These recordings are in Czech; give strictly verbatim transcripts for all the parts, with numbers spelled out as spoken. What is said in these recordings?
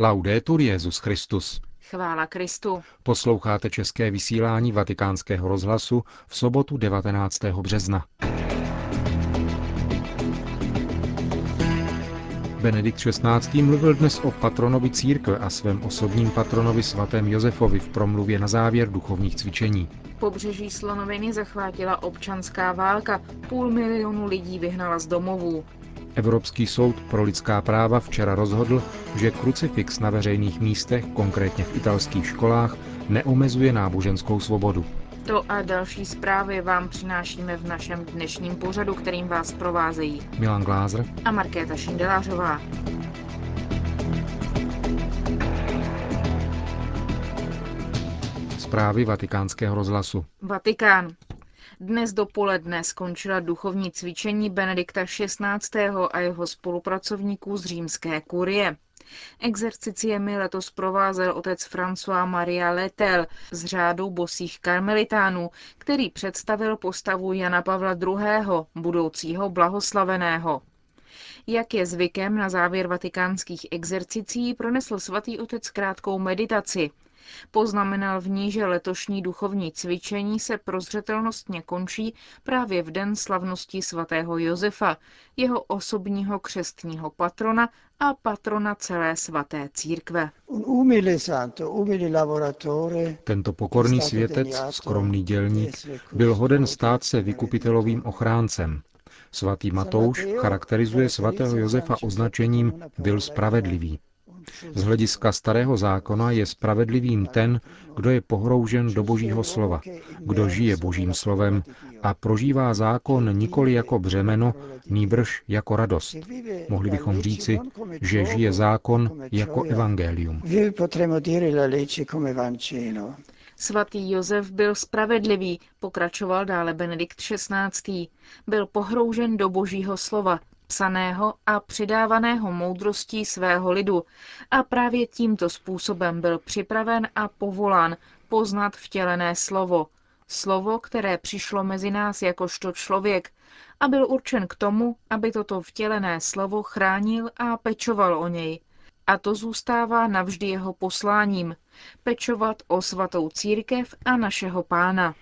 Laudetur Jesus Christus. Chvála Kristu. Posloucháte české vysílání Vatikánského rozhlasu v sobotu devatenáctého března. Benedikt šestnáctý. mluvil dnes o patronovi církve a svém osobním patronovi svatém Josefovi v promluvě na závěr duchovních cvičení. Pobřeží Slonoviny zachvátila občanská válka, půl milionu lidí vyhnala z domovů. Evropský soud pro lidská práva včera rozhodl, že krucifix na veřejných místech, konkrétně v italských školách, neomezuje náboženskou svobodu. To a další zprávy vám přinášíme v našem dnešním pořadu, kterým vás provázejí Milan Glázer a Markéta Šindelářová. Zprávy Vatikánského rozhlasu. Vatikán. Dnes dopoledne skončila duchovní cvičení Benedikta šestnáctého. a jeho spolupracovníků z římské kurie. Exerciciemi letos provázel otec François Maria Letel z řádu bosých karmelitánů, který představil postavu Jana Pavla druhého., budoucího blahoslaveného. Jak je zvykem, na závěr vatikánských exercicí pronesl svatý otec krátkou meditaci. Poznamenal v ní, že letošní duchovní cvičení se prozřetelnostně končí právě v den slavnosti svatého Josefa, jeho osobního křestního patrona a patrona celé svaté církve. Tento pokorný světec, skromný dělník, byl hoden stát se vykupitelovým ochráncem. Svatý Matouš charakterizuje svatého Josefa označením byl spravedlivý. Z hlediska starého zákona je spravedlivým ten, kdo je pohroužen do Božího slova, kdo žije Božím slovem a prožívá zákon nikoli jako břemeno, nýbrž jako radost. Mohli bychom říci, že žije zákon jako evangelium. Svatý Josef byl spravedlivý, pokračoval dále Benedikt šestnáctý. Byl pohroužen do Božího slova, psaného a přidávaného moudrostí svého lidu a právě tímto způsobem byl připraven a povolán poznat vtělené slovo. Slovo, které přišlo mezi nás jakožto člověk a byl určen k tomu, aby toto vtělené slovo chránil a pečoval o něj. A to zůstává navždy jeho posláním – pečovat o svatou církev a našeho Pána.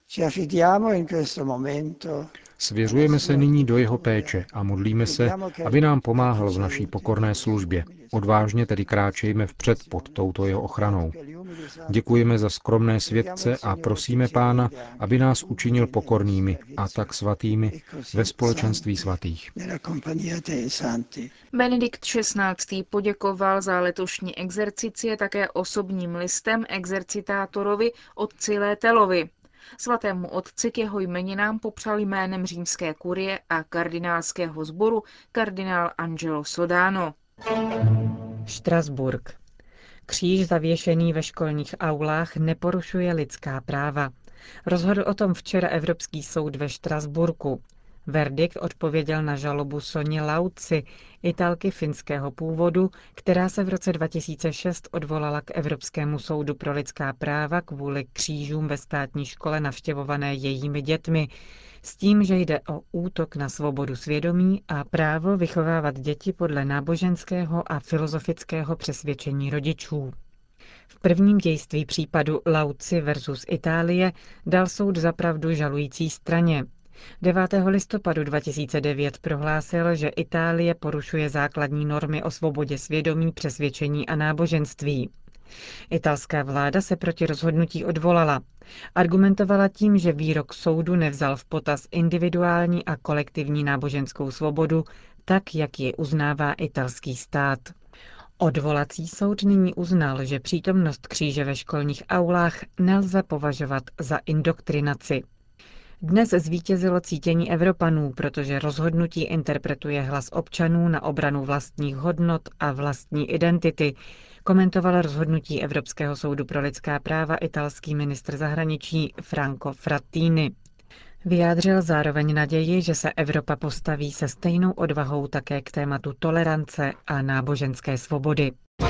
Svěřujeme se nyní do jeho péče a modlíme se, aby nám pomáhal v naší pokorné službě. Odvážně tedy kráčejme vpřed pod touto jeho ochranou. Děkujeme za skromné světce a prosíme Pána, aby nás učinil pokornými a tak svatými ve společenství svatých. Benedikt šestnáctý. poděkoval za letošní exercicie také osobním listem exercitátorovi otci Lételovi. Svatému otci k jeho jmeninám popřál jménem římské kurie a kardinálského sboru kardinál Angelo Sodano. Štrasburk. Kříž zavěšený ve školních aulách neporušuje lidská práva. Rozhodl o tom včera Evropský soud ve Štrasburku. Verdikt odpověděl na žalobu Soně Lauci, Italky finského původu, která se v roce dva tisíce šest odvolala k Evropskému soudu pro lidská práva kvůli křížům ve státní škole navštěvované jejími dětmi, s tím, že jde o útok na svobodu svědomí a právo vychovávat děti podle náboženského a filozofického přesvědčení rodičů. V prvním dějství případu Lauci versus Itálie dal soud za pravdu žalující straně. devátého listopadu dva tisíce devět prohlásil, že Itálie porušuje základní normy o svobodě svědomí, přesvědčení a náboženství. Italská vláda se proti rozhodnutí odvolala. Argumentovala tím, že výrok soudu nevzal v potaz individuální a kolektivní náboženskou svobodu, tak, jak ji uznává italský stát. Odvolací soud nyní uznal, že přítomnost kříže ve školních aulách nelze považovat za indoktrinaci. Dnes zvítězilo cítění Evropanů, protože rozhodnutí interpretuje hlas občanů na obranu vlastních hodnot a vlastní identity, komentoval rozhodnutí Evropského soudu pro lidská práva italský ministr zahraničí Franco Frattini. Vyjádřil zároveň naději, že se Evropa postaví se stejnou odvahou také k tématu tolerance a náboženské svobody.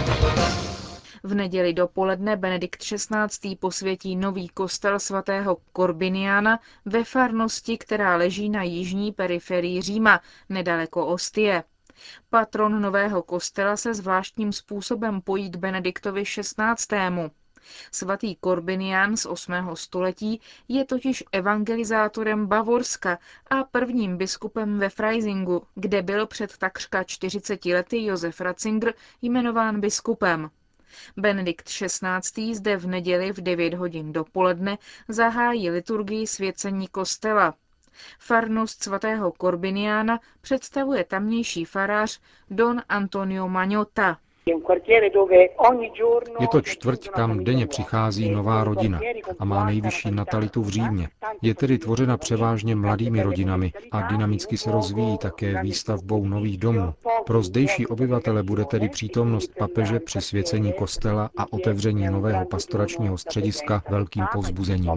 V neděli dopoledne Benedikt šestnáctý. posvětí nový kostel svatého Korbiniána ve farnosti, která leží na jižní periferii Říma, nedaleko Ostie. Patron nového kostela se zvláštním způsobem pojí k Benediktovi šestnáctému. Svatý Korbinián z osmého století je totiž evangelizátorem Bavorska a prvním biskupem ve Freisingu, kde byl před takřka čtyřiceti lety Josef Ratzinger jmenován biskupem. Benedikt šestnáctý zde v neděli v devět hodin dopoledne zahájí liturgii svěcení kostela. Farnost svatého Korbiniána představuje tamnější farář Don Antonio Magnotta. Je to čtvrť, kam denně přichází nová rodina a má nejvyšší natalitu v Římě. Je tedy tvořena převážně mladými rodinami a dynamicky se rozvíjí také výstavbou nových domů. Pro zdejší obyvatele bude tedy přítomnost papeže při svěcení kostela a otevření nového pastoračního střediska velkým povzbuzením.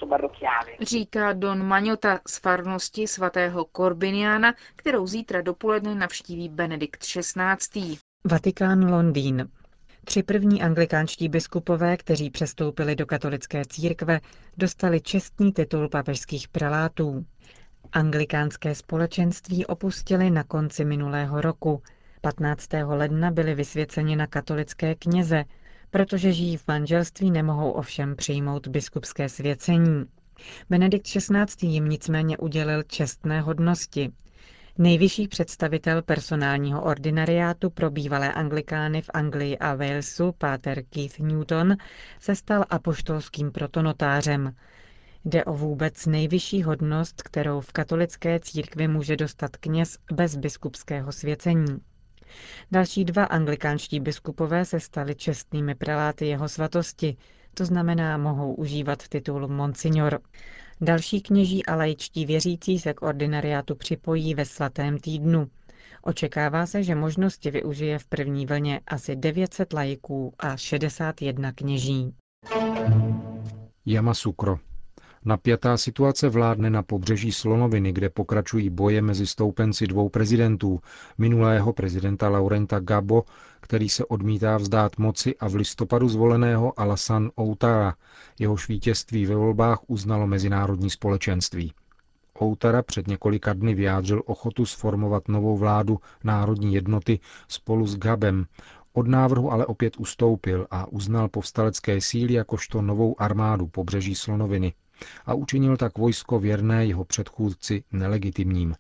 Říká Don Magnotta z farnosti svatého Korbiniána, kterou zítra dopoledne navštíví Benedikt šestnáctý. Vatikán, Londýn. Tři první anglikánští biskupové, kteří přestoupili do katolické církve, dostali čestný titul papežských prelátů. Anglikánské společenství opustili na konci minulého roku. patnáctého ledna byli vysvěceni na katolické kněze, protože žijí v manželství, nemohou ovšem přijmout biskupské svěcení. Benedikt šestnáctý jim nicméně udělil čestné hodnosti. Nejvyšší představitel personálního ordinariátu pro bývalé anglikány v Anglii a Walesu, páter Keith Newton, se stal apoštolským protonotářem. Jde o vůbec nejvyšší hodnost, kterou v katolické církvi může dostat kněz bez biskupského svěcení. Další dva anglikánští biskupové se stali čestnými preláty jeho svatosti, to znamená, mohou užívat titul Monsignor. Další kněží a laičtí věřící se k ordinariátu připojí ve svatém týdnu. Očekává se, že možnosti využije v první vlně asi devět set laiků a šedesát jedna kněží. Yamoussoukro. Napjatá situace vládne na pobřeží Slonoviny, kde pokračují boje mezi stoupenci dvou prezidentů, minulého prezidenta Laurenta Gbagbo, který se odmítá vzdát moci, a v listopadu zvoleného Alassane Ouattara. Jehož vítězství ve volbách uznalo mezinárodní společenství. Ouattara před několika dny vyjádřil ochotu sformovat novou vládu národní jednoty spolu s Gbagem. Od návrhu ale opět ustoupil a uznal povstalecké síly jakožto novou armádu pobřeží Slonoviny a učinil tak vojsko věrné jeho předchůdci nelegitimním.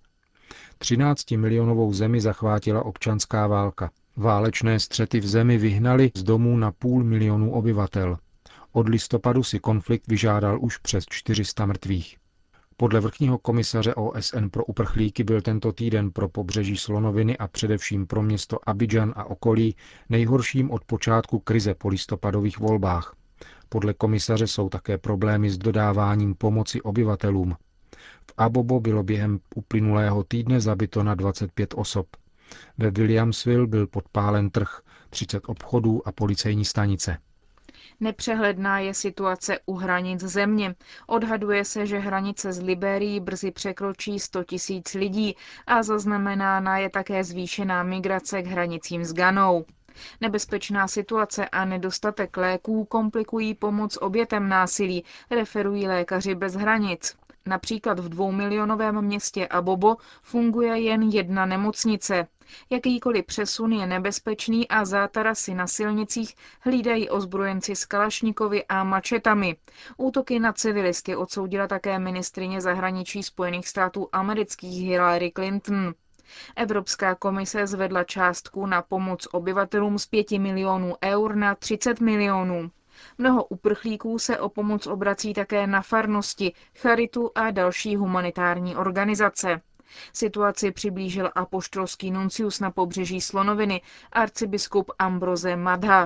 třináctimilionovou zemi zachvátila občanská válka. Válečné střety v zemi vyhnaly z domů na půl milionu obyvatel. Od listopadu si konflikt vyžádal už přes čtyři sta mrtvých. Podle vrchního komisaře O S N pro uprchlíky byl tento týden pro pobřeží Slonoviny a především pro město Abidjan a okolí nejhorším od počátku krize po listopadových volbách. Podle komisaře jsou také problémy s dodáváním pomoci obyvatelům. V Abobo bylo během uplynulého týdne zabito na dvacet pět osob. Ve Williamsville byl podpálen trh, třicet obchodů a policejní stanice. Nepřehledná je situace u hranic země. Odhaduje se, že hranice s Libérií brzy překročí sto tisíc lidí a zaznamenána je také zvýšená migrace k hranicím s Ghanou. Nebezpečná situace a nedostatek léků komplikují pomoc obětem násilí, referují lékaři bez hranic. Například v dvoumilionovém městě Abobo funguje jen jedna nemocnice. Jakýkoliv přesun je nebezpečný a zátarasy na silnicích hlídají ozbrojenci s kalašnikovy a mačetami. Útoky na civilisty odsoudila také ministryně zahraničí Spojených států amerických Hillary Clinton. Evropská komise zvedla částku na pomoc obyvatelům z pěti milionů eur na třicet milionů. Mnoho uprchlíků se o pomoc obrací také na farnosti, charitu a další humanitární organizace. Situaci přiblížil apoštolský nuncius na pobřeží Slonoviny, arcibiskup Ambrose Madha.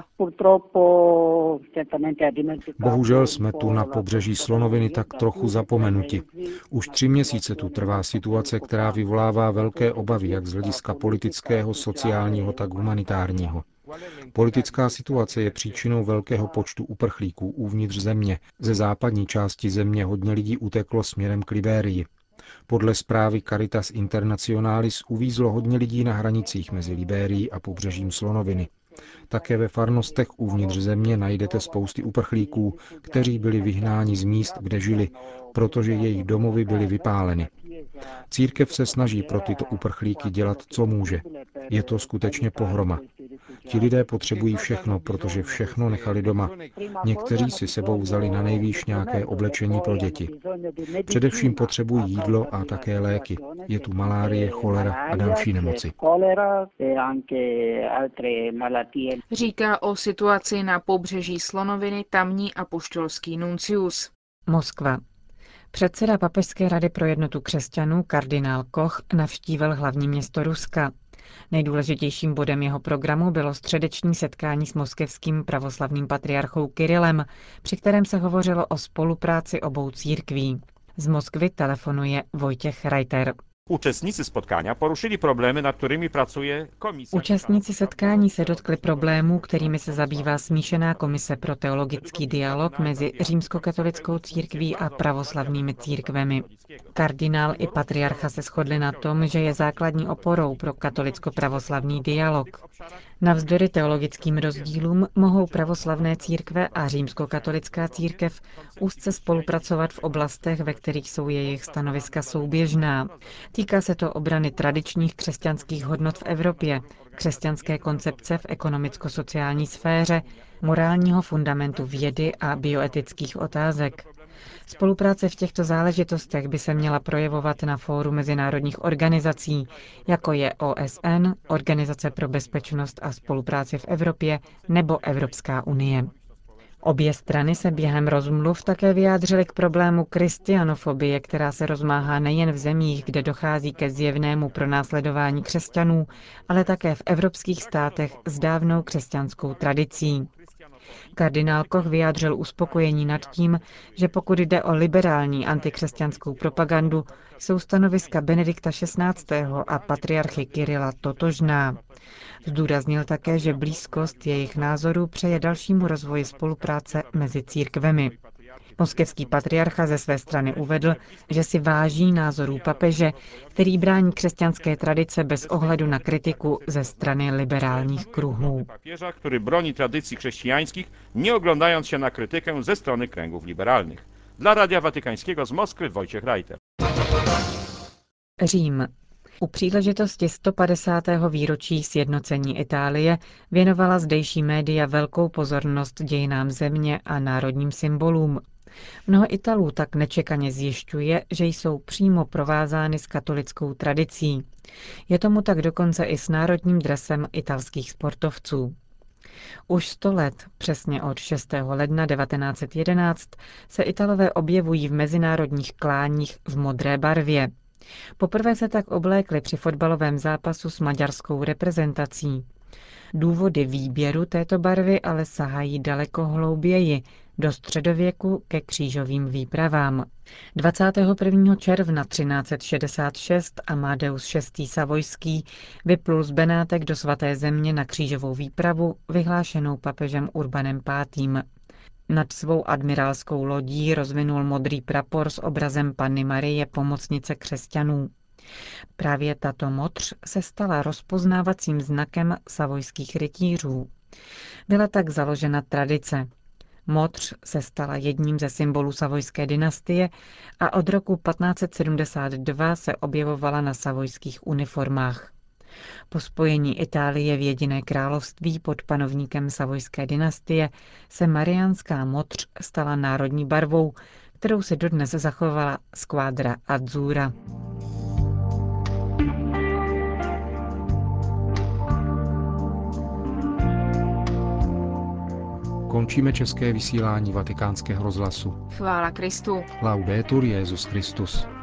Bohužel jsme tu na pobřeží Slonoviny tak trochu zapomenuti. Už tři měsíce tu trvá situace, která vyvolává velké obavy jak z hlediska politického, sociálního, tak humanitárního. Politická situace je příčinou velkého počtu uprchlíků uvnitř země. Ze západní části země hodně lidí uteklo směrem k Libérii. Podle zprávy Caritas Internationalis uvízlo hodně lidí na hranicích mezi Libérií a pobřežím Slonoviny. Také ve farnostech uvnitř země najdete spousty uprchlíků, kteří byli vyhnáni z míst, kde žili, protože jejich domovy byly vypáleny. Církev se snaží pro tyto uprchlíky dělat, co může. Je to skutečně pohroma. Ti lidé potřebují všechno, protože všechno nechali doma. Někteří si sebou vzali na nejvýš nějaké oblečení pro děti. Především potřebují jídlo a také léky. Je tu malárie, cholera a další nemoci. Říká o situaci na pobřeží Slonoviny tamní apoštolský nuncius. Moskva. Předseda Papežské rady pro jednotu křesťanů kardinál Koch navštívil hlavní město Ruska. Nejdůležitějším bodem jeho programu bylo středeční setkání s moskevským pravoslavným patriarchou Kirilem, při kterém se hovořilo o spolupráci obou církví. Z Moskvy telefonuje Vojtěch Reiter. Účastníci spotkania poruszyli problémy, nad którymi pracuje komisja. Účastníci setkání se dotkli problémů, kterými se zabývá smíšená komise pro teologický dialog mezi římskokatolickou církví a pravoslavnými církvemi. Kardinál i patriarcha se shodli na tom, že je základní oporou pro katolicko-pravoslavný dialog. Navzdory teologickým rozdílům mohou pravoslavné církve a římskokatolická církev úzce spolupracovat v oblastech, ve kterých jsou jejich stanoviska souběžná. Týká se to obrany tradičních křesťanských hodnot v Evropě, křesťanské koncepce v ekonomicko-sociální sféře, morálního fundamentu vědy a bioetických otázek. Spolupráce v těchto záležitostech by se měla projevovat na fóru mezinárodních organizací, jako je O S N, Organizace pro bezpečnost a spolupráci v Evropě nebo Evropská unie. Obě strany se během rozmluv také vyjádřily k problému kristianofobie, která se rozmáhá nejen v zemích, kde dochází ke zjevnému pronásledování křesťanů, ale také v evropských státech s dávnou křesťanskou tradicí. Kardinál Koch vyjádřil uspokojení nad tím, že pokud jde o liberální antikřesťanskou propagandu, jsou stanoviska Benedikta šestnáctého a patriarchy Kirila totožná. Zdůraznil také, že blízkost jejich názorů přeje dalšímu rozvoji spolupráce mezi církvemi. Moskevský patriarcha ze své strany uvedl, že si váží názorů papeže, který brání křesťanské tradice bez ohledu na kritiku ze strany liberálních kruhů. Papieża, który broni tradycji chrześcijańskich, nie oglądając się na krytykę ze strony kręgów liberalnych. Dla Radia Watykańskiego z Moskwy Wojciech Reiter. Řím. U příležitosti sto padesátého výročí sjednocení Itálie věnovala zdejší média velkou pozornost dějinám země a národním symbolům. Mnoho Italů tak nečekaně zjišťuje, že jsou přímo provázány s katolickou tradicí. Je tomu tak dokonce i s národním dresem italských sportovců. Už sto let, přesně od šestého ledna devatenáct set jedenáct, se Italové objevují v mezinárodních kláních v modré barvě. Poprvé se tak oblékli při fotbalovém zápasu s maďarskou reprezentací. Důvody výběru této barvy ale sahají daleko hlouběji, do středověku ke křížovým výpravám. dvacátého prvního června třináct set šedesát šest Amadeus šestý. Savojský vyplul z Benátek do svaté země na křížovou výpravu, vyhlášenou papežem Urbanem pátým. Nad svou admirálskou lodí rozvinul modrý prapor s obrazem Panny Marie, pomocnice křesťanů. Právě tato modř se stala rozpoznávacím znakem savojských rytířů. Byla tak založena tradice. Modř se stala jedním ze symbolů savojské dynastie a od roku patnáct set sedmdesát dva se objevovala na savojských uniformách. Po spojení Itálie v jediné království pod panovníkem savojské dynastie se mariánská modř stala národní barvou, kterou se dodnes zachovala Squadra Azzurra. Končíme české vysílání Vatikánského rozhlasu. Chvála Kristu. Laudetur Jesus Christus.